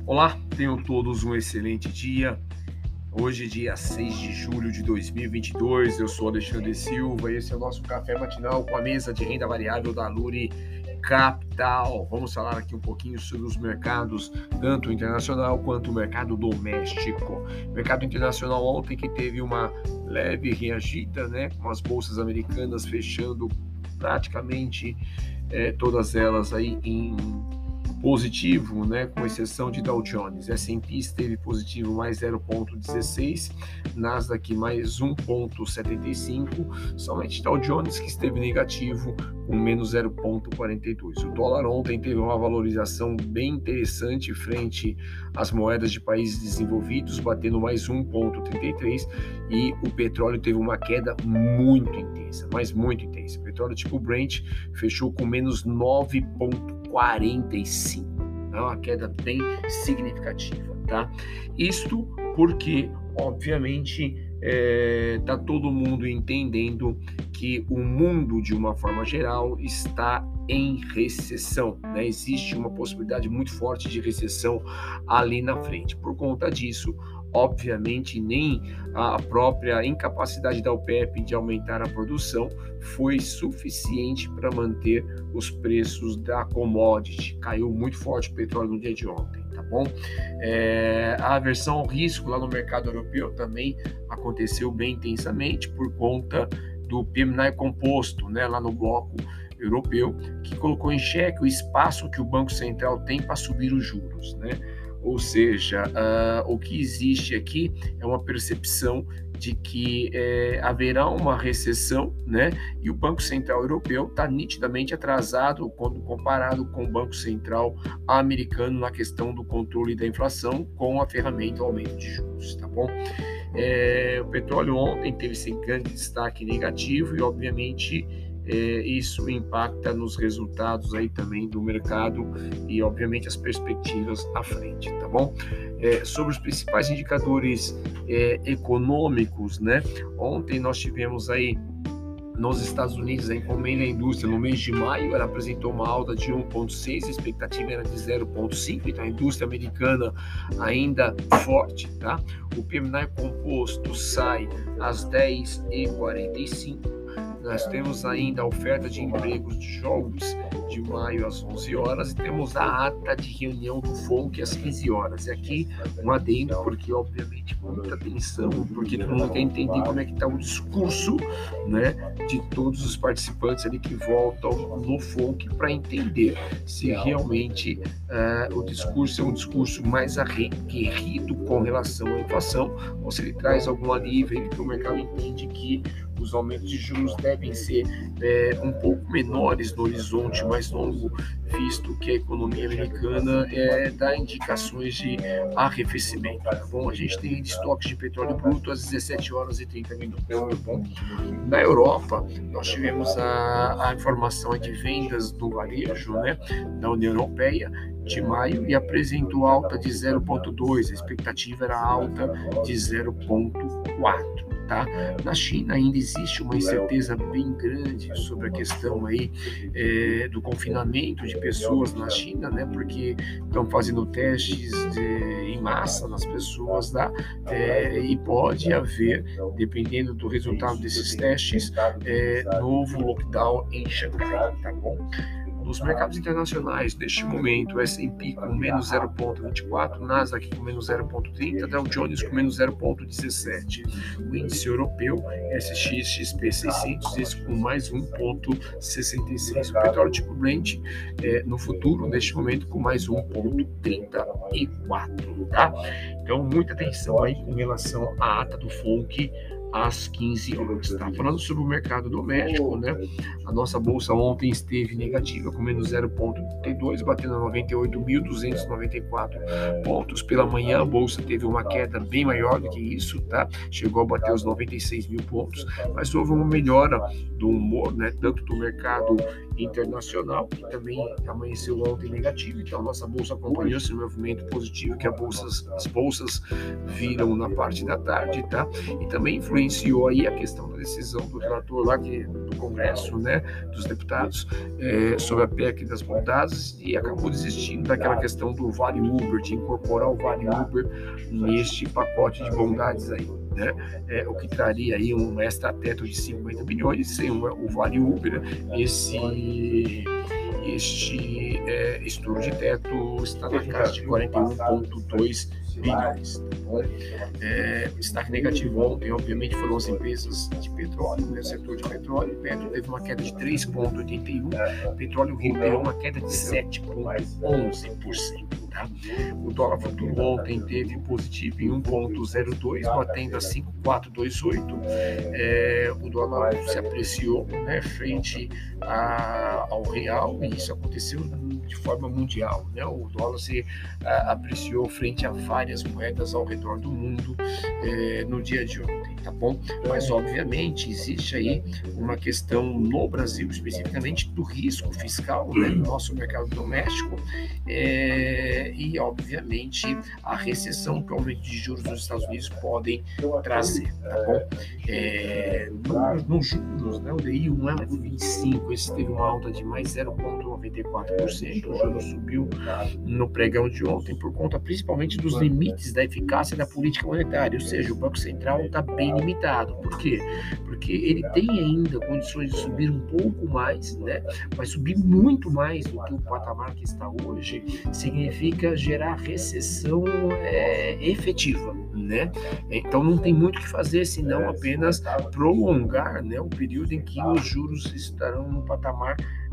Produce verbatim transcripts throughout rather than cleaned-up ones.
Olá, tenham todos um excelente dia. Hoje é dia seis de julho de dois mil e vinte e dois, eu sou Alexandre Silva e esse é o nosso café matinal com a mesa de renda variável da Luri Capital. Vamos falar aqui um pouquinho sobre os mercados, tanto internacional quanto o mercado doméstico. Mercado internacional ontem que teve uma leve reagida, né, com as bolsas americanas fechando praticamente é, todas elas aí em positivo, né, com exceção de Dow Jones. S and P esteve positivo mais zero vírgula dezesseis, Nasdaq mais um vírgula setenta e cinco, somente Dow Jones que esteve negativo com menos zero vírgula quarenta e dois. O dólar ontem teve uma valorização bem interessante frente às moedas de países desenvolvidos, batendo mais um vírgula trinta e três, e o petróleo teve uma queda muito intensa, mas muito intensa. O petróleo tipo Brent fechou com menos nove vírgula quarenta e cinco, é uma queda bem significativa, tá? Isto porque, obviamente, está é, todo mundo entendendo que o mundo, de uma forma geral, está em recessão, né? Existe uma possibilidade muito forte de recessão ali na frente. Por conta disso, obviamente, nem a própria incapacidade da OPEP de aumentar a produção foi suficiente para manter os preços da commodity. Caiu muito forte o petróleo no dia de ontem, tá bom? É, a aversão ao risco lá no mercado europeu também aconteceu bem intensamente por conta do P M I composto, né, lá no bloco europeu, que colocou em xeque o espaço que o Banco Central tem para subir os juros, né? Ou seja, uh, o que existe aqui é uma percepção de que é, haverá uma recessão, né? E o Banco Central Europeu está nitidamente atrasado quando comparado com o Banco Central americano na questão do controle da inflação com a ferramenta do aumento de juros, tá bom? É, o petróleo ontem teve esse grande destaque negativo e, obviamente, É, isso impacta nos resultados aí também do mercado e, obviamente, as perspectivas à frente, tá bom? É, sobre os principais indicadores é, econômicos, né? Ontem nós tivemos aí nos Estados Unidos a encomenda à indústria no mês de maio, ela apresentou uma alta de um vírgula seis, a expectativa era de zero vírgula cinco, então a indústria americana ainda forte, tá? O P M I composto sai às dez e quarenta e cinco. Nós temos ainda a oferta de empregos de jogos de maio às onze horas e temos a ata de reunião do F O N C às quinze horas. E aqui um adendo, porque obviamente muita atenção, porque todo mundo quer entender como é que está o discurso, né, de todos os participantes ali que voltam no F O N C para entender se realmente uh, o discurso é um discurso mais aguerrido com relação à inflação ou se ele traz algum alívio, porque o mercado entende que os aumentos de juros devem ser é, um pouco menores no horizonte mais longo, visto que a economia americana é, dá indicações de arrefecimento. Tá bom? A gente tem estoques de petróleo bruto às dezessete horas e trinta minutos. Tá bom? Na Europa, nós tivemos a, a informação de vendas do varejo, né, da União Europeia de maio e apresentou alta de zero vírgula dois, a expectativa era alta de zero vírgula quatro. Tá? Na China ainda existe uma incerteza bem grande sobre a questão aí, é, do confinamento de pessoas na China, né? Porque estão fazendo testes de, em massa nas pessoas, tá? É, e pode haver, dependendo do resultado desses testes, é, novo lockdown em Xangai, tá bom? Nos mercados internacionais, neste momento, o S and P com menos zero vírgula vinte e quatro, Nasdaq com menos zero vírgula trinta, Dow Jones com menos zero vírgula dezessete. O índice europeu, S X X P seiscentos, esse com mais um vírgula sessenta e seis. O petróleo tipo Brent, é, no futuro, neste momento, com mais um vírgula trinta e quatro. Tá? Então, muita atenção aí com relação à ata do F O N C às quinze horas. Tá? Falando sobre o mercado doméstico, né? A nossa bolsa ontem esteve negativa com menos zero vírgula trinta e dois, batendo noventa e oito mil duzentos e noventa e quatro pontos. Pela manhã a bolsa teve uma queda bem maior do que isso, tá? Chegou a bater os noventa e seis mil pontos, mas houve uma melhora do humor, né? Tanto do mercado internacional, que também amanheceu ontem negativo, então a nossa bolsa acompanhou esse movimento positivo que a bolsas, as bolsas viram na parte da tarde, tá? E também influenciou influenciou aí a questão da decisão do relator lá que, do Congresso, né, dos deputados, é, sobre a P E C das bondades, e acabou desistindo daquela questão do Vale Uber, de incorporar o Vale Uber neste pacote de bondades aí, né? É, o que traria aí um extra teto de cinquenta bilhões, sem o, o Vale Uber, esse este é, estouro de teto está na casa de quarenta e um vírgula dois bilhões. É, destaque negativo ontem, obviamente, foram as empresas de petróleo, né? O setor de petróleo. O Petro teve uma queda de três vírgula oitenta e um por cento, petróleo recuperou uma queda de sete vírgula onze por cento. Tá? O dólar futuro ontem teve positivo em um vírgula zero dois, batendo a cinco vírgula quatrocentos e vinte e oito. É, o dólar se apreciou, né, frente a, ao real, e isso aconteceu de forma mundial, né? O dólar se a, apreciou frente a várias moedas ao redor do mundo é, no dia de ontem, tá bom? Mas obviamente existe aí uma questão no Brasil, especificamente do risco fiscal, né, no nosso mercado doméstico, é, e obviamente a recessão que o aumento de juros dos Estados Unidos podem trazer, tá bom? É, nos juros, né, o D I um é vinte e cinco, esse teve uma alta de mais zero vírgula noventa e quatro por cento, o juro subiu no pregão de ontem por conta principalmente dos limites da eficácia da política monetária, ou seja, o Banco Central está bem limitado. Por quê? Porque ele tem ainda condições de subir um pouco mais, né? Vai subir muito mais do que o patamar que está hoje, significa gerar recessão é, efetiva, né? Então não tem muito o que fazer senão apenas prolongar, né, o período em que os juros estarão no patamar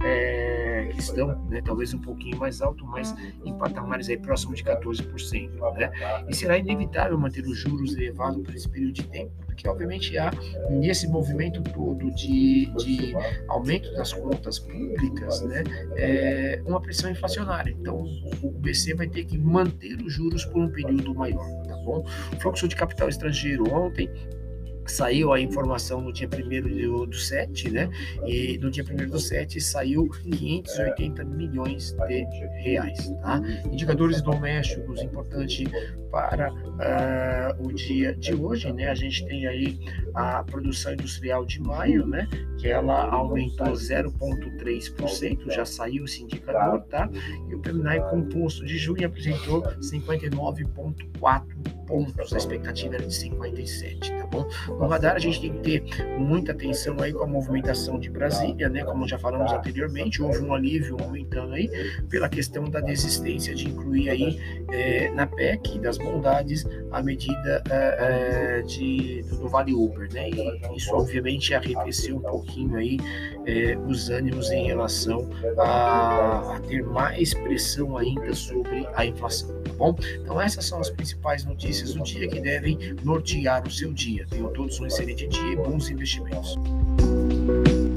é, que estão, né, talvez um pouquinho mais alto, mas em patamares aí próximos de quatorze por cento, né? E será inevitável manter os juros elevados por esse período de tempo, porque obviamente há nesse movimento todo de, de aumento das contas públicas, né, é, uma pressão inflacionária. Então o B C vai ter que manter os juros por um período maior, tá bom? O fluxo de capital estrangeiro ontem saiu a informação no dia primeiro do, do sete, né? E no dia primeiro do sete saiu quinhentos e oitenta milhões de reais, tá? Indicadores domésticos importantes para uh, o dia de hoje, né? A gente tem aí a produção industrial de maio, né? Que ela aumentou zero vírgula três por cento, já saiu esse indicador, tá? E o P M I composto de junho apresentou cinquenta e nove vírgula quatro pontos, a expectativa era de cinquenta e sete, tá bom? No radar a gente tem que ter muita atenção aí com a movimentação de Brasília, né? Como já falamos anteriormente, houve um alívio aumentando aí pela questão da desistência de incluir aí é, na P E C das bondades a medida é, de, do Vale Uber, né? E isso obviamente arrefeceu um pouquinho aí é, os ânimos em relação a, a ter mais pressão ainda sobre a inflação, tá bom? Então essas são as principais notícias do dia que devem nortear o seu dia. Tenham todos um excelente dia e bons investimentos.